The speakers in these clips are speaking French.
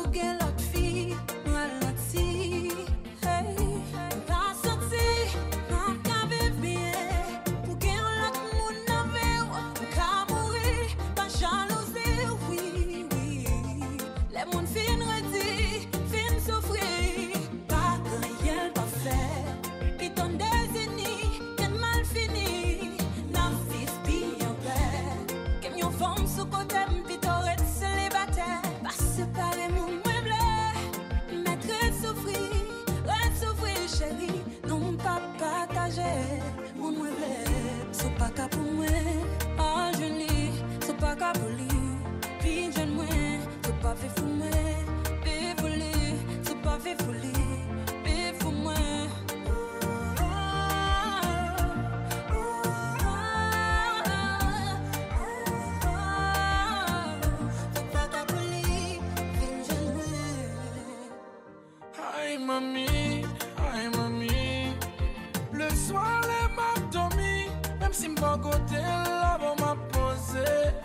gen l'autre fille, ralenti. Hey, pas senti, pas qu'à vivre bien. Pour gen l'autre monde dans vie, qu'à mourir, pas jalousie, oui, oui. Les monde fin redit, fin souffrir, pas rien pas fait. Qui t'ont désigné, qu'est mal fini, n'a fils bien père. Qu'est mieux femme sous côté, m'pitoret célibataire. Pas séparer mon meuble, mettre souffrir, chérie. Non, pas partager mon meuble. C'est pas qu'à pour moi, ah je lis, c'est pas qu'à pour lui. Puis je moi, c'est pas fait pour moi. Puis pour lui, c'est pas fait pour lui. Puis pour moi. Aïe mamie, le soir les m'a dormi, même si m'pas côté là bon m'a posé,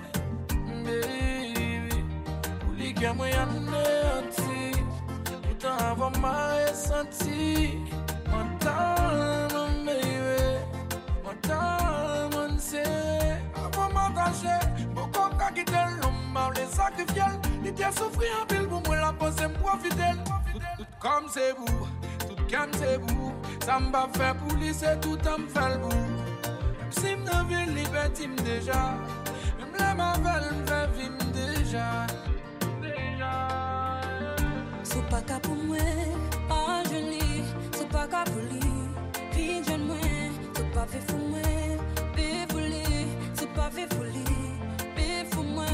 baby, pour les gars moi y'en anéanti, pourtant avant m'a ressenti, mental mon baby, mental mon serré, avant m'attacher, beaucoup qu'à quitter l'homme, m'a les sacrifier, l'idée souffrir en pile pour moi la poser m'profiter. Tout comme c'est vous, tout comme c'est vous. Ça m'a fait pour lui, c'est tout à me faire le bout. Même si m'en veux liberté déjà. Même la m'avelle m'fait vivre déjà. C'est pas qu'à pour moi, ah je lis. C'est pas qu'à pour lui, puis je moi. C'est pas fait pour moi, puis pour lui. C'est pas fait pour lui, puis pour moi.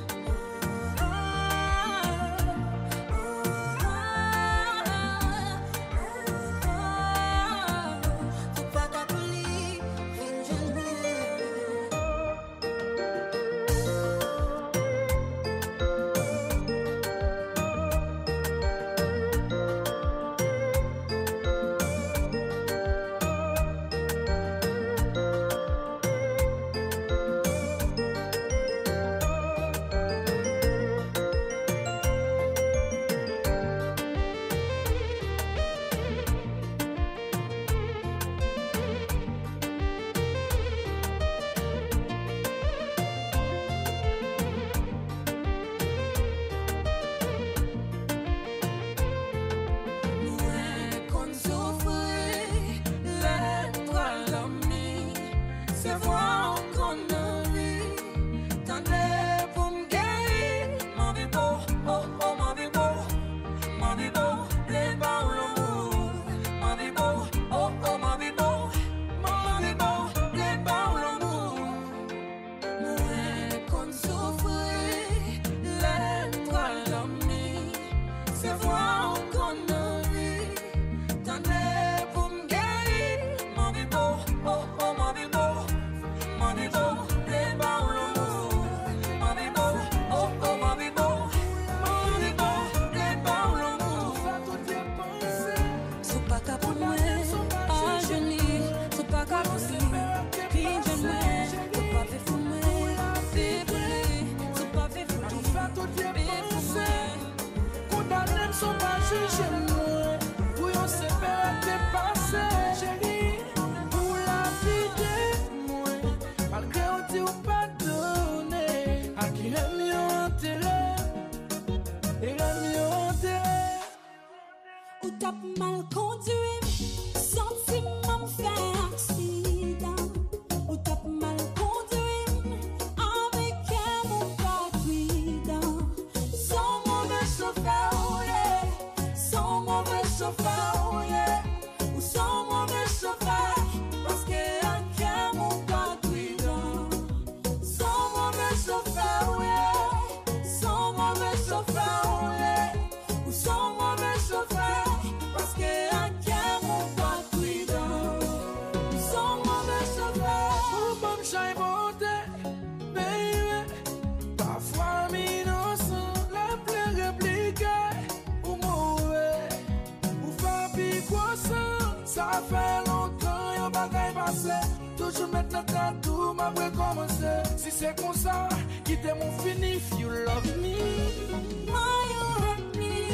Toujours mettre notre tatou, m'a recommencer. Si c'est comme ça, quittez mon fini if you love me. Why you hurt me?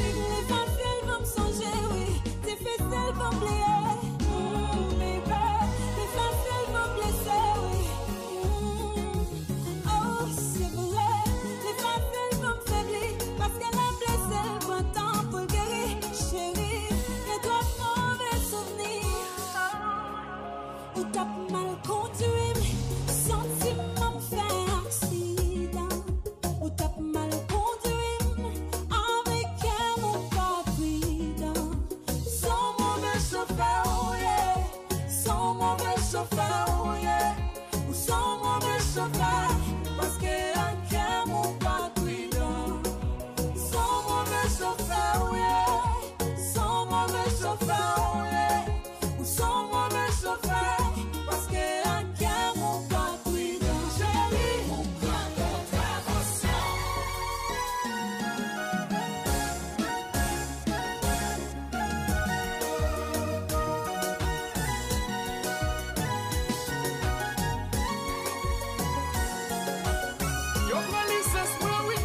chauffeur, yeah. Son mauvais chauffeur, yeah. Ou son mauvais chauffeur. Parce que la guerre, mon patrie, chérie, mon grand contravention. Yo, police, c'est moi, oui.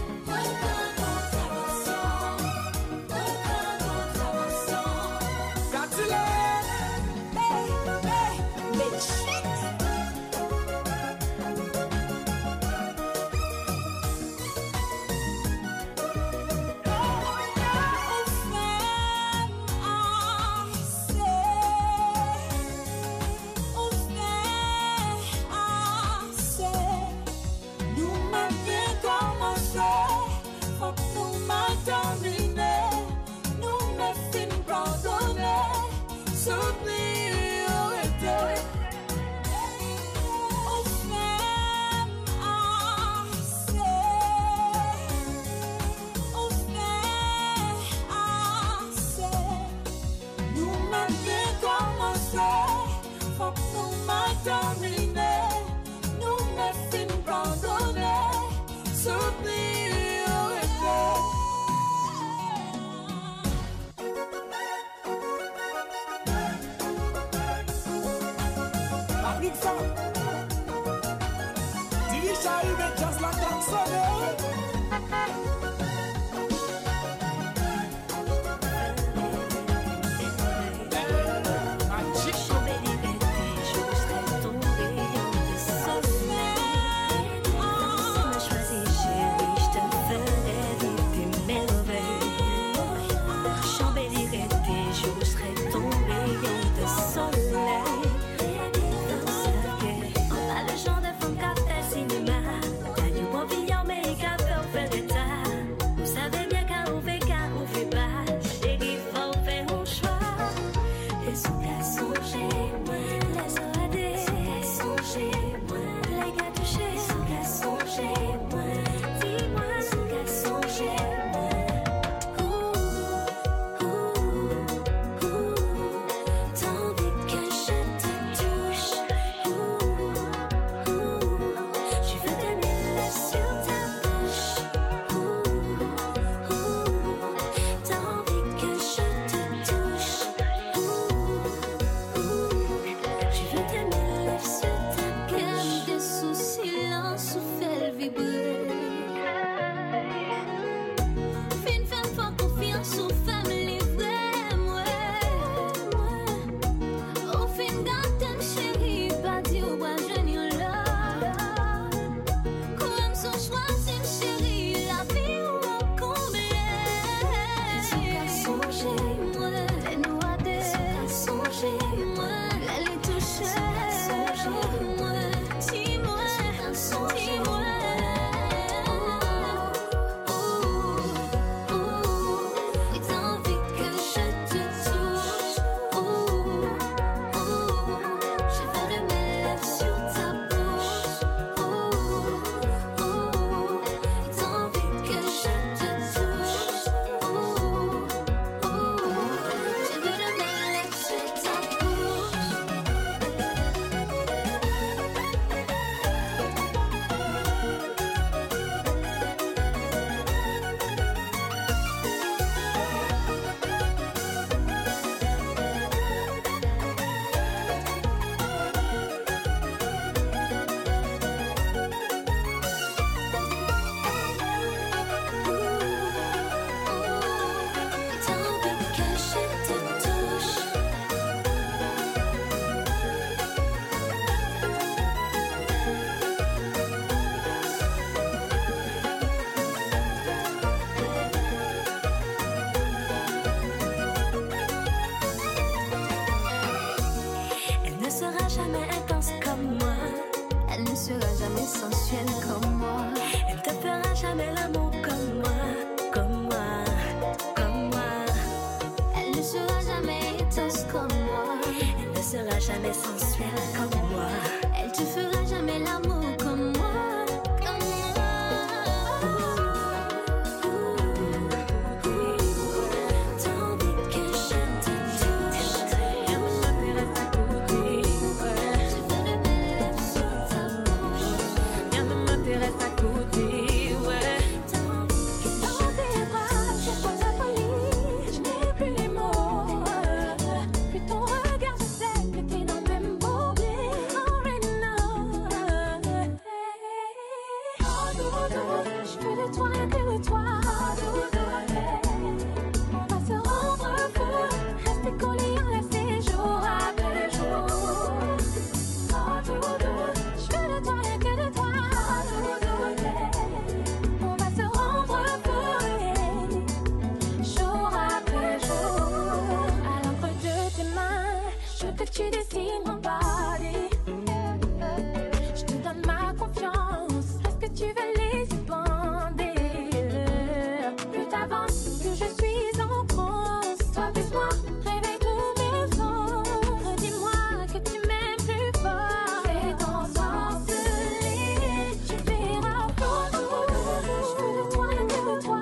que tu dessines mon body. Je te donne ma confiance. Est-ce que tu veux laisser bander? Plus t'avances, plus je suis en transe. Toi plus moi, réveille tous mes sens. Dis-moi que tu m'aimes plus fort. C'est ton ensorceler. Tu verras toujours. Je veux de toi, rien que de toi.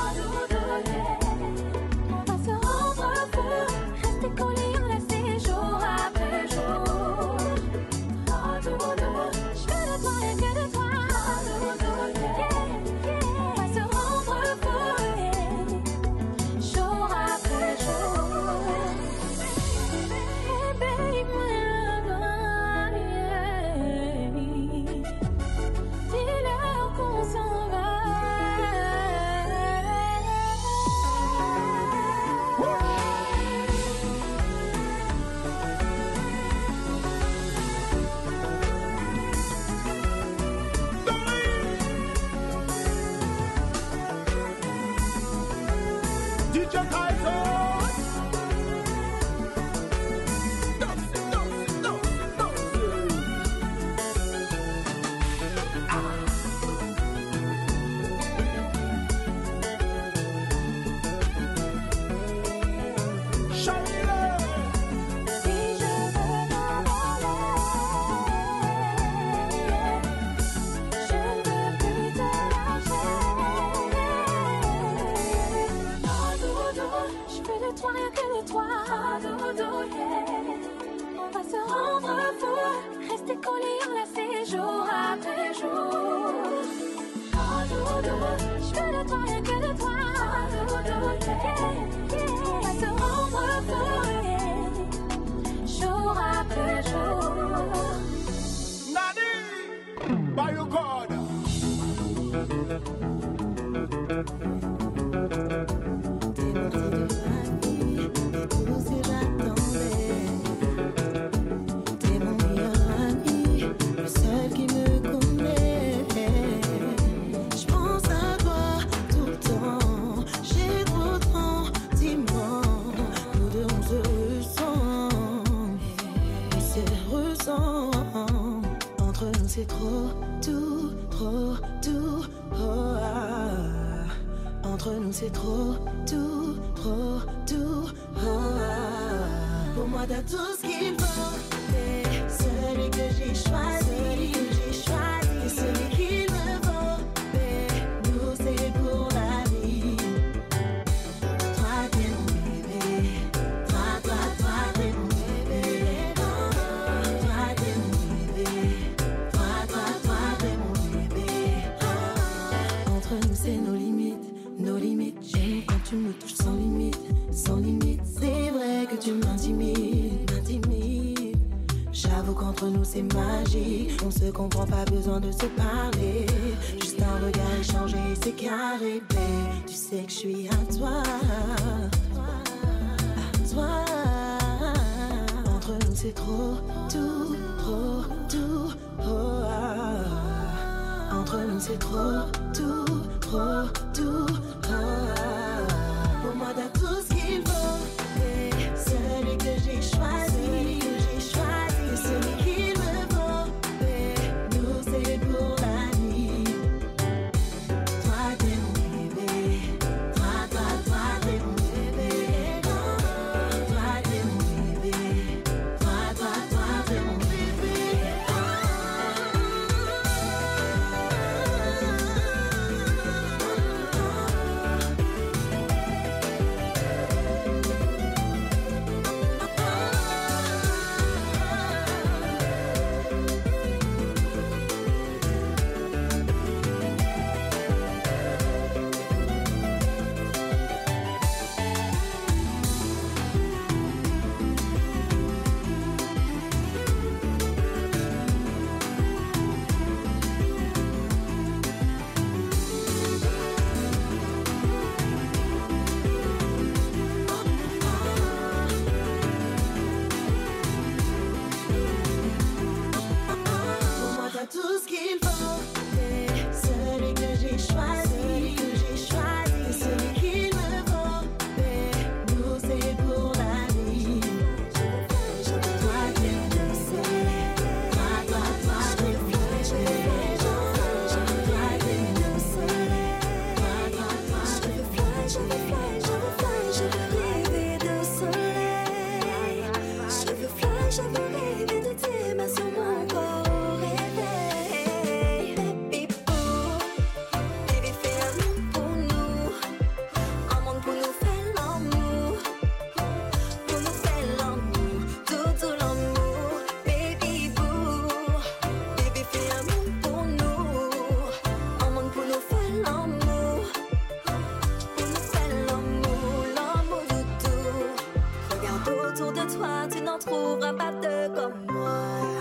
On va se rendre fou. Rester collés, enlacés jour après jour. Je veux de toi, rien que de toi. On va se rendre fou. Jour après jour. Hey baby, my lover, yeah. Dis-leur qu'on s'en va. DJ Kaiser. Si je veux m'envoler, je ne veux plus te lâcher. Oh doudou, je veux de toi, rien que de toi. Oh doudou, yeah. On va se rendre fou, rester collés, enlacés jour après jour. Oh doudou, je veux de toi, rien que de toi. Oh doudou, yeah. On va se rendre fou, yeah. Jour après jour. Nani, by your God. T'es parti de ma vie, et tout ce que j'attendais. T'es mon meilleur ami, le seul qui me connaît. Je pense à toi tout le temps, j'ai trop de sentiments. Nous deux on se ressent, entre nous c'est trop tout, oh, ah. Entre nous c'est trop tout, oh, ah. Pour moi t'as tout ce qu'il faut, t'es celui que j'ai choisi, et celui qu'il me faut, mais nous c'est pour la vie. Toi t'es mon bébé, toi t'es mon bébé. Toi t'es mon bébé, toi t'es mon bébé. Entre nous c'est nos limites. J'aime quand tu me touches sans limite, C'est vrai que tu m'intimides. J'avoue qu'entre nous c'est magique. On se comprend, pas besoin de se parler. Juste un regard échangé, c'est carré, babe. Tu sais que je suis à toi. Entre nous c'est trop tout, oh, ah. Entre nous c'est trop tout, oh, ah. Pour moi t'as tout ce qu'il faut, t'es celui que j'ai choisi, et celui qu'il me faut, mais nous c'est pour la vie. Toi t'es mon bébé, toi t'es mon bébé. Toi t'es mon bébé, toi t'es mon bébé. n'en trouveras pas deux comme moi.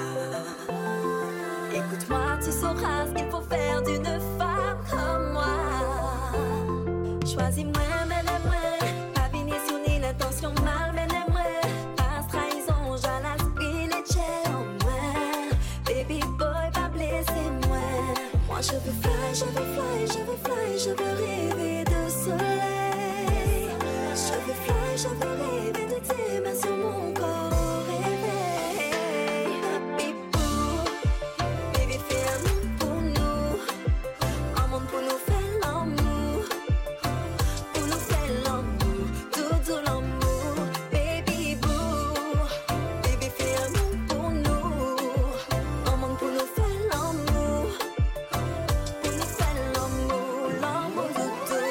Écoute-moi, tu sauras ce qu'il faut faire d'une femme comme moi. Choisis-moi, mais pas venir sur ni l'intention mal, mais pas trahison, j'allais l'esprit, les chais en moi. Baby boy, pas blesser moi. Moi je veux fly, je veux fly, je veux fly, je veux rêver de soleil. Je veux fly, je veux rêver de tes mains sur mon corps au réveil. Baby boo, baby fais un monde pour nous, un monde pour nous faire l'amour, pour nous faire l'amour, tout l'amour. Baby boo, baby fais un monde pour nous, un monde pour nous faire l'amour, pour nous faire l'amour, l'amour de tout.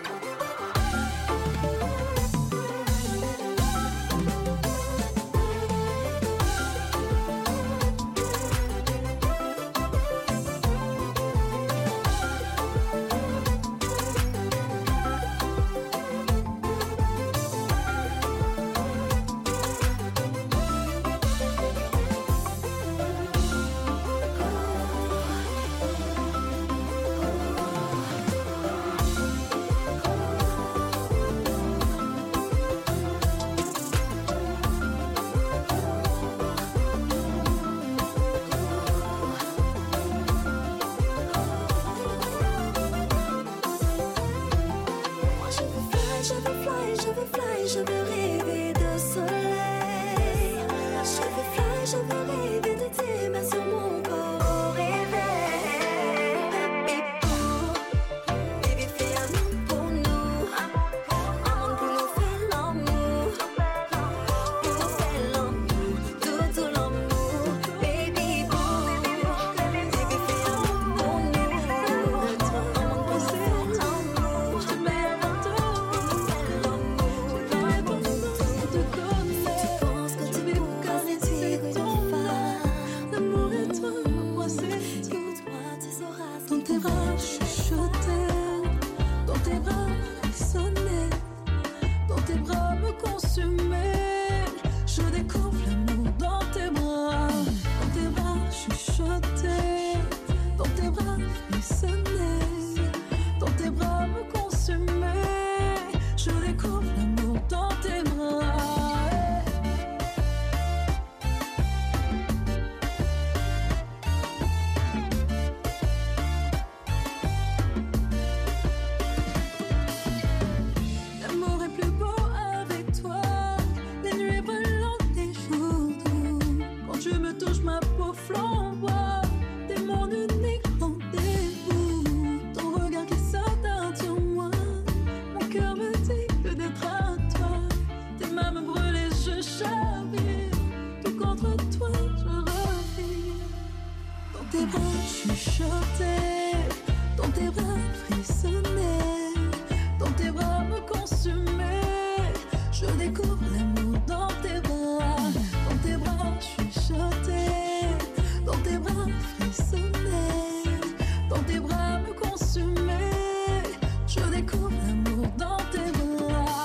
Moi je veux fly, je veux fly, je veux fly, je veux rêver de soleil. Je veux fly, je veux rêver de tes mains sur mon corps au réveil. Baby boo, baby fais un monde pour nous, un monde pour nous faire l'amour, pour nous faire l'amour, tout l'amour. Baby boo, baby fais un monde pour nous, un monde pour nous faire l'amour, je te mets avant tout, pour nous faire l'amour, l'amour de tout. Tu penses que tu peux connaître une femme, l'amour est toi, moi c'est tout. Écoute-moi, tu sauras ce Dans tes bras, chuchotais, dans tes bras, frissonnais, dans tes bras, me consumais. Je découvre l'amour dans tes bras. Dans tes bras, chuchotais, dans tes bras, frissonnais, dans tes bras, me consumais. Je découvre l'amour dans tes bras. L'amour est plus beau avec toi, les nuits brûlantes, les jours doux. Quand tu me touches, ma peau flamboie, t'es mon unique rendez-vous. Ton regard qui s'attarde sur moi, mon cœur me dit que d'être à toi. Tes mains me brûlent et je chavire, tout contre toi je revire. Dans tes bras, chuchotais, dans tes bras, frissonnais, dans tes bras, me consumais. Je découvre l'amour dans tes bras. Dans tes bras, chuchotais, dans tes bras, frissonnais, dans tes bras, me consumais. Je découvre l'amour dans tes bras.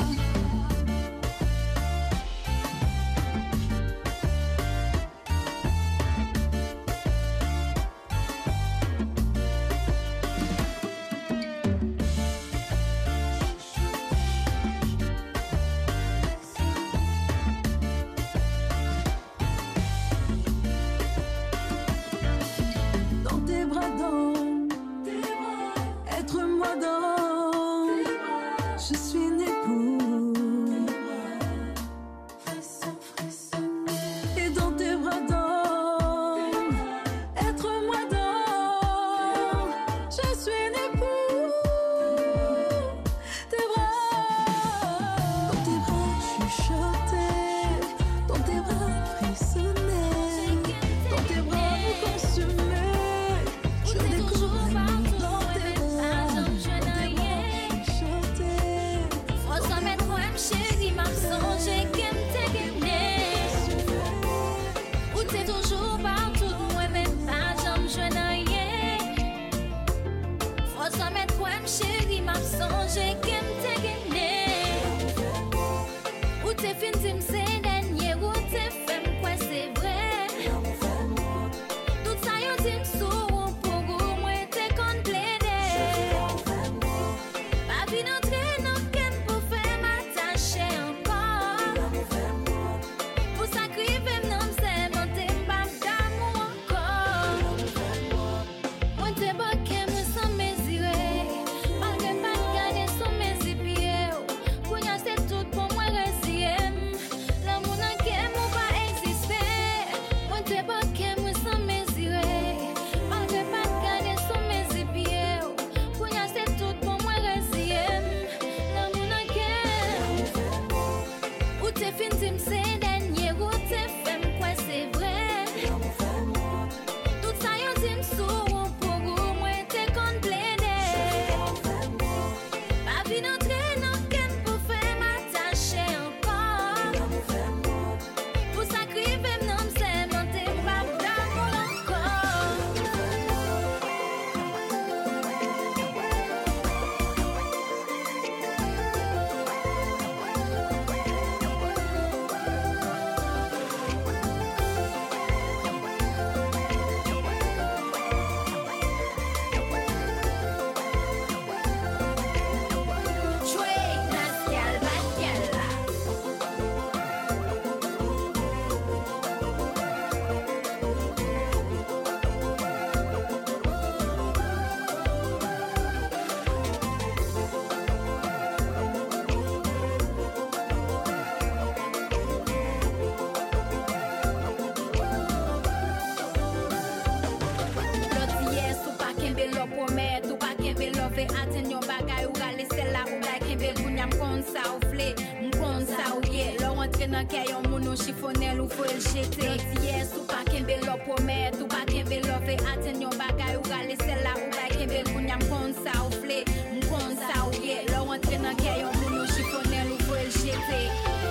nan kè yon moun ou chiffonel ou faut le jeter. Yes, ou pas kembe lo promet, ou pas kembe lo ve aten yon bagay ou gale celle-là ou ba kembe koun yam kon sa ou vle, m'kon sa ou ye. Lo rentre nan kè yon moun ou chiffonel ou faut le jeter.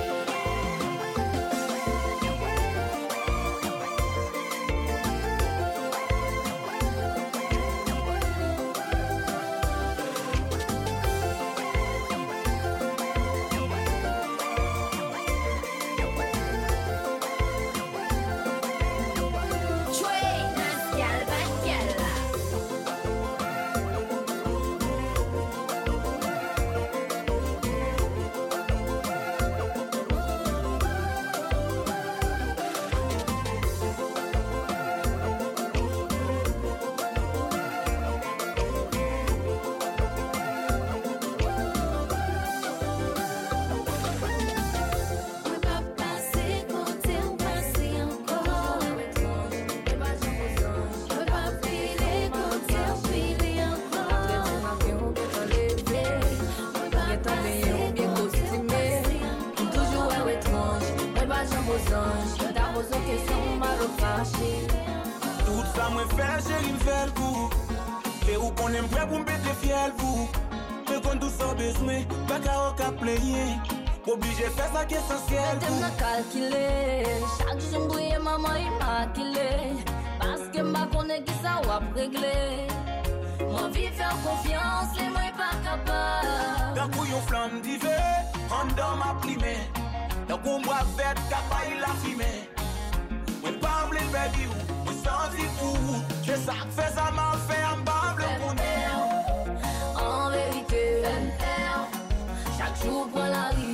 Tout ça moi fait chérie m'fait le coup. Et où qu'on aime prêt pour me péter fiel vous. Mais quand tout ça besoin, pas qu'à au player. Obligé faire ça qui est essentiel. T'aimes la calculer. Chaque jour brille maman immaculée. Parce que ma connaît qui ça va régler. Moi vie faire confiance et moi pas capable. D'un coup yon flamme d'hiver, en dedans ma plimée. D'un coup moi vête capable la fumée. Moi pas m'le baby ou, moi senti pour vous. Je sais que fait ça m'a fait un bable qu'on est. En vérité, chaque jour pour la vie.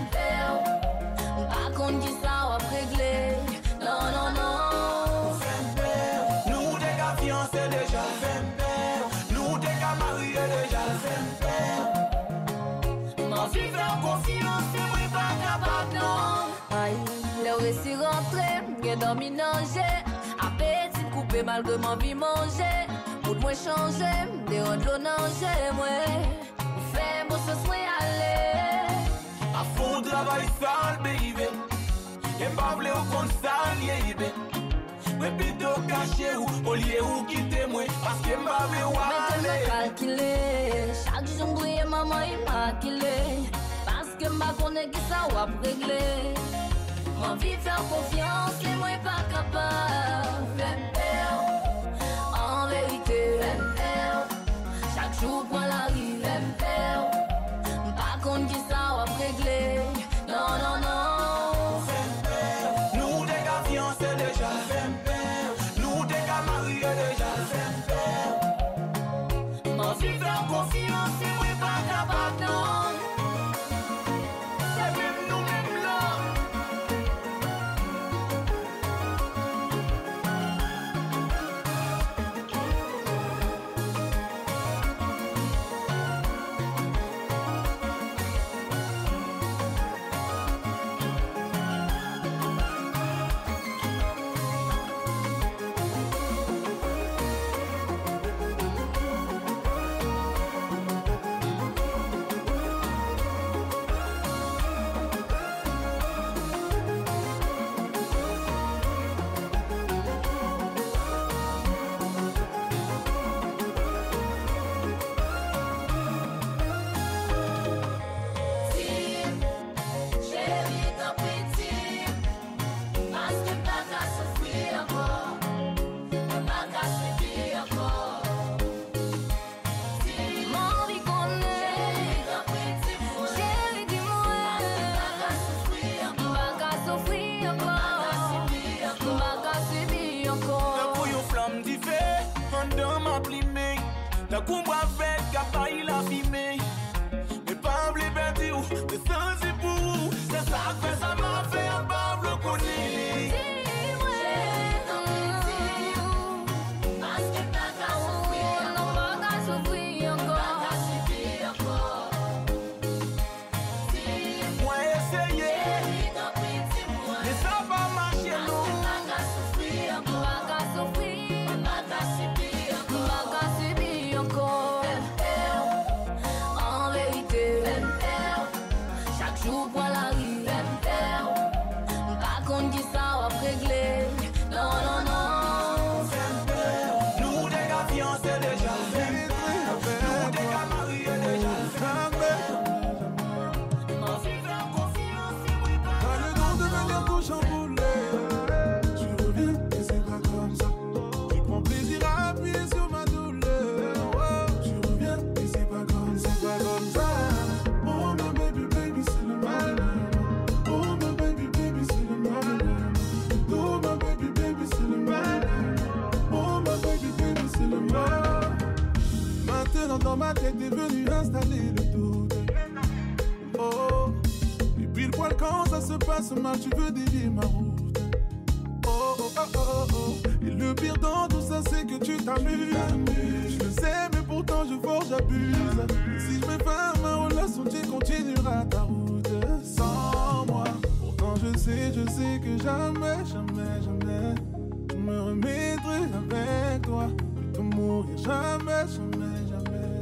Pas contre qui ça va régler. Non, non, non. Nous des gars fiancés déjà. Nous des gars mariés déjà. Ma vie fait confiance, c'est moi pas capable, non. Aïe, le récit rentré, j'ai dormi nager. Appétit coupé malgré ma vie manger. Pour moi changer, des rendre l'eau nager, moi. Fais moi ce soir aller. À fond travail sale, baby. Et pas vle ou kon sale, baby. Mais plutôt caché ou, au lieu ou quitter moi. Parce que m'a vle ou Maintenant aller. calculer, chaque jour brille maman immaculée. Parce que ma connaît qui ça va régler. Moi vie faire confiance, les moi pas capable. En vérité, chaque jour pour la vie. Pas contre qui ça va régler. Non, non, non. Nous des gars fiancés déjà. Nous des gars mariés déjà. Moi vie faire confiance, les moi pas capable, non. C'est même nous même là. tout chamboulé. Tu reviens et c'est pas comme ça. Tu prends plaisir à appuyer sur ma douleur. Oh, tu reviens et c'est pas comme ça, pas comme ça. Oh my baby, baby, c'est le mal. Oh my baby, baby, c'est le mal. Oh my baby, baby, c'est le mal. Oh my baby, baby, c'est le mal. Maintenant dans ma tête est venu installer le doute. Oh, et pile poil quand ça se passe mal, tu veux dévier ma route. Oh, oh, oh, oh, oh. Et le pire dans tout ça, c'est que tu t'amuses. Je le sais, mais pourtant je force, j'abuse. Et si je mets fin à ma relation, tu continueras ta route sans moi. Pourtant je sais que jamais, jamais, jamais je me remettrai avec toi. Plutôt mourir jamais, jamais, jamais.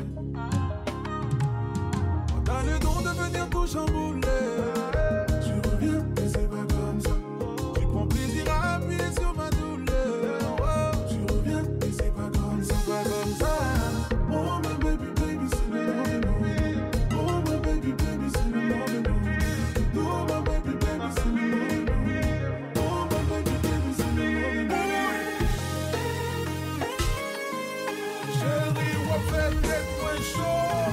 T'as le don de venir tout chambouler. Tu reviens et c'est pas comme ça. Tu prends plaisir à appuyer sur ma douleur. Oh, tu reviens et c'est pas comme ça, pas comme ça. Oh my baby, baby, c'est le mauvais mot. Oh my baby, baby, c'est le mauvais mot. Oh my baby, baby, c'est le mauvais mot. Oh my baby, baby, c'est le mauvais mot. Chérie, on va faire des points chauds.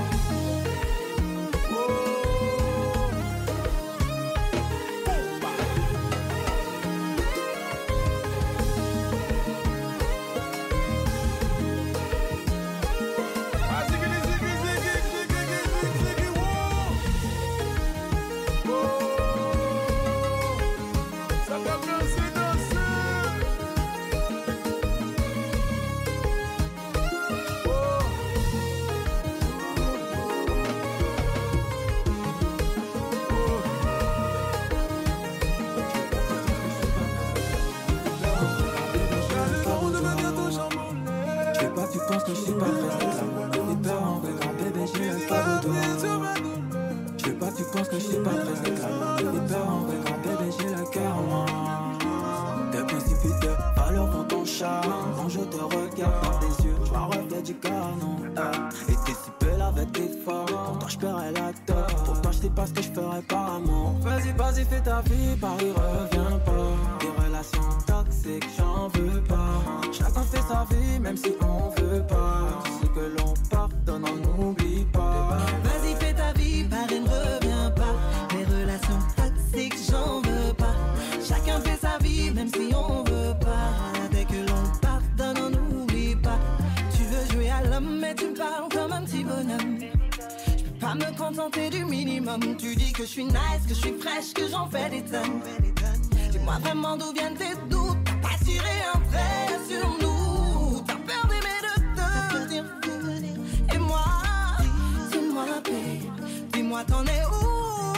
Je pense que je suis pas très agréable. Des peurs en vrai, grand bébé, j'ai un cadeau d'or. Je veux pas que tu penses que je suis pas très agréable. Des peurs en vrai, grand bébé, j'ai le cœur en main. Tes principes de valeur font ton charme. Quand je te regarde dans tes yeux, je m'en reflète du canon. Et t'es si belle avec tes formes. Pourtant je paierais la tête. Pourtant je sais pas ce que je ferais par amour. Vas-y, vas-y, fais ta vie, Paris revient pas. Des relations toxiques, j'en veux pas. Chacun fait sa vie, même si on veut pas. Tu sais que l'on pardonne, on n'oublie pas. Vas-y, fais ta vie, Paris ne revient pas. Les relations toxiques, j'en veux pas. Chacun fait sa vie, même si on veut pas. Dès que l'on pardonne, on n'oublie pas. Tu veux jouer à l'homme, mais tu me parles comme un petit bonhomme. Je peux pas me contenter du minimum. Tu dis que je suis nice, que je suis fraîche, que j'en fais des tonnes. Dis-moi vraiment d'où viennent tes doutes. T'as pas tiré un trait sur nous. T'as peur d'aimer, de te dire fou. Et moi, dis-moi paix. Dis-moi t'en es où?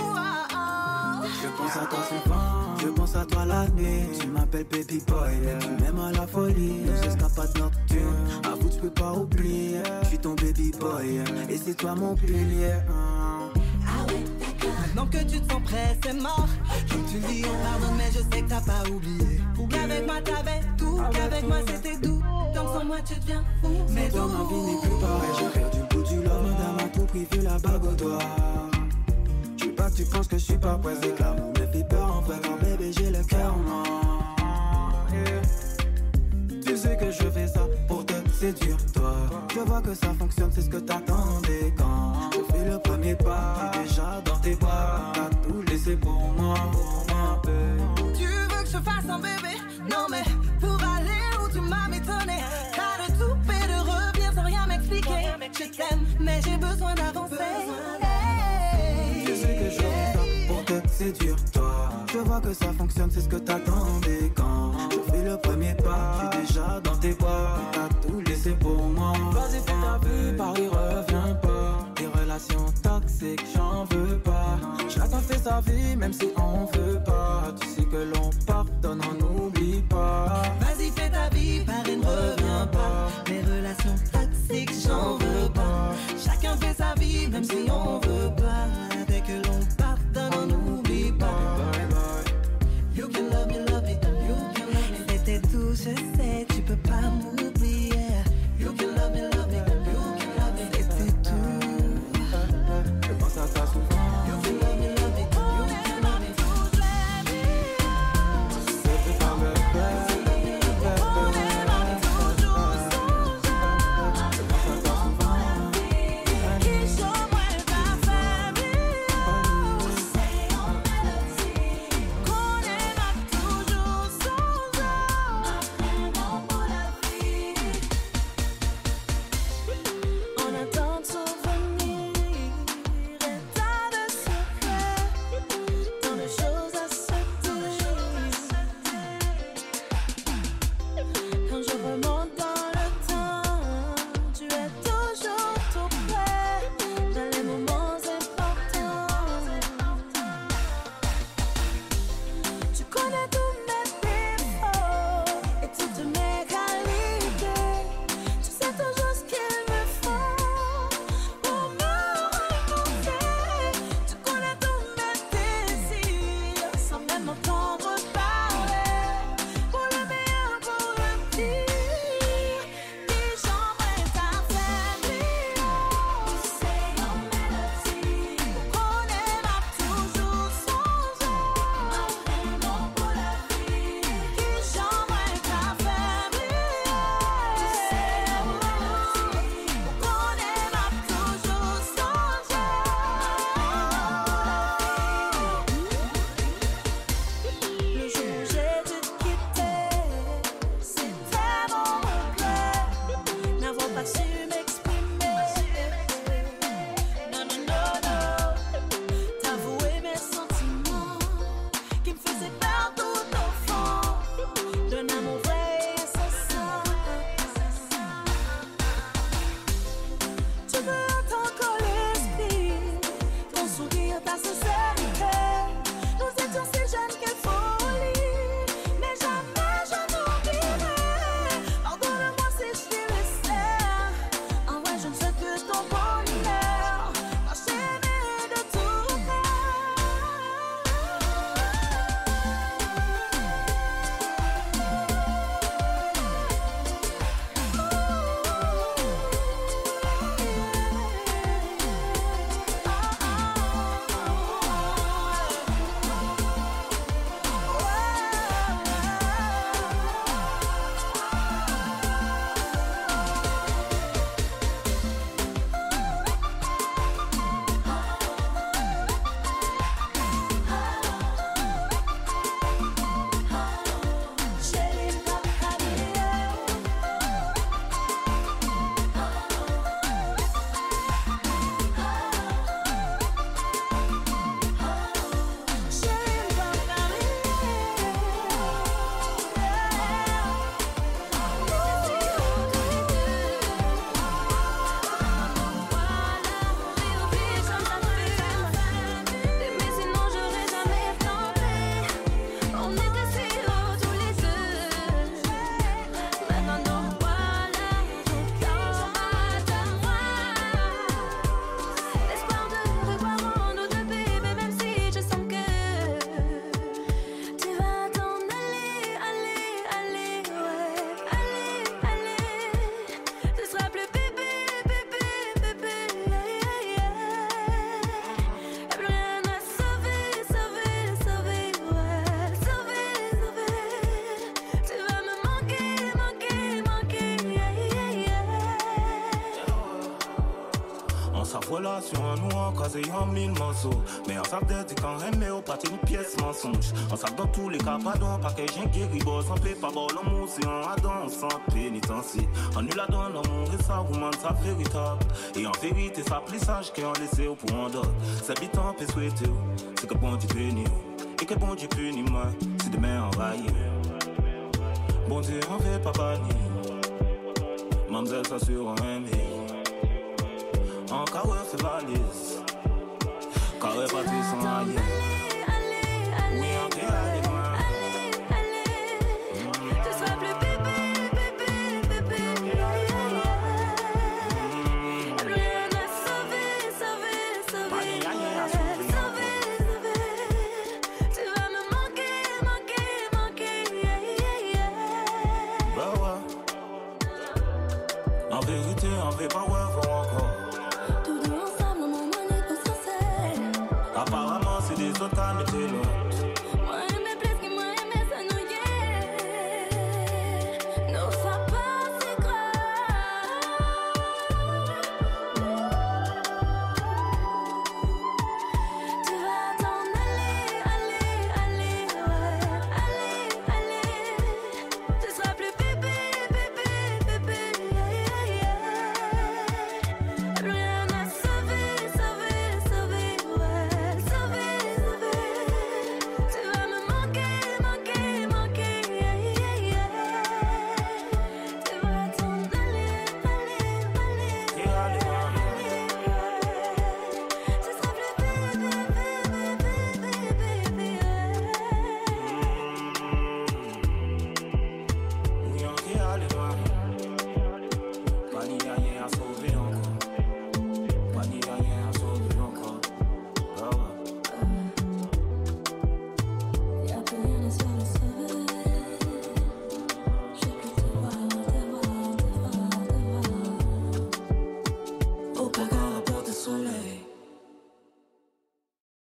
Je pense à toi souvent, je pense à toi la nuit. Tu m'appelles baby boy, tu m'aimes à la folie. Nos escapades nocturnes, à vous tu peux pas oublier. Je suis ton baby boy, et c'est toi mon pilier. Ah ouais, d'accord. Maintenant que tu te sens prêt, c'est mort. Comme tu dis, on pardonne, mais je sais que t'as pas oublié. Qu'avec moi t'avais tout, qu'avec moi c'était doux. Comme sans moi tu deviens fou. Mais Dans ma vie n'est plus pareil, j'ai perdu le goût du love. Madame a tout pris, vu la bague au doigt. Je veux pas que tu penses que je suis pas prêt, c'est que l'amour me fait peur. En vrai, grand bébé, j'ai le cœur en main. Tu sais que je fais ça pour te séduire, toi. Je vois que ça fonctionne, c'est ce que t'attendais quand je fais le premier pas. Déjà dans tes bras, t'as tout laissé pour moi, baby. tu veux que je fasse un bébé? Non mais pour aller où tu m'as m'étonné. T'as de tout et de revenir sans rien m'expliquer. Je t'aime mais j'ai besoin d'avancer. Tu sais que je fais ça pour te séduire, toi. Je vois que ça fonctionne, c'est ce que t'attendais quand je fais le premier pas. J'suis déjà dans tes bras, t'as tout laissé pour moi. Vas-y, fais ta vie, Paris revient pas. Des relations toxiques, j'en veux pas. Chacun fait sa vie, même si on veut pas. Tu sais que l'on pardonne, on n'oublie pas. Vas-y fais ta vie, Paris ne revient pas. Les relations toxiques, j'en veux pas. Chacun fait sa vie, même si on veut pas. Dès que l'on pardonne, on n'oublie pas. You can love me, love it, you can love me. C'était tout, je sais, tu peux pas m'oublier. You can love me, love it, you can love me. C'était tout. Je pense à toi souvent. You can love me, love it, you can love me. j'aime m'entendre parler. Pour le meilleur, pour le pire. Qui j'aimerais t'affaiblir. C'est nos mélodies. On aimera toujours sans eux. Vraiment pour la vie. Qui j'aimerais t'affaiblir. C'est nos mélodies. On aimera toujours sans eux. Le jour où j'ai dû te quitter, c'était mon regret. N'avoir pas su m'exprimer. Non, non, non, non. T'avouer mes sentiments qui me faisaient perdre tout au fond d'un amour vrai et sincère. Tu veux entendre qu'en l'esprit, ton sourire, ta sincérité. Nous étions si jeunes, quelle folie. Mais jamais je n'oublierai. Pardonne-moi si je t'ai laissé. En vrai, je ne sais que ton bonheur. Quand je t'aimais de tout Relation en nous en casé en mille morceaux. Mais on savent d'être quand même mais au pâté une pièce mensonge. On savent dans tous les cas pas d'un paquet j'ai guéri boss on fait pas bon l'amour c'est en Adam sans pénitencier. On nous la donne l'amour et ça woman ça véritable. Et en vérité ça plus sage qu'on laissé au point d'autre. C'est bitant peut souhaiter c'est que bon Dieu punit. Et que bon Dieu punit moi c'est demain envahi. Bon Dieu on fait pas bannir. Mamzelle ça sur un aimé. En carré fait valise, carré parti sans allié.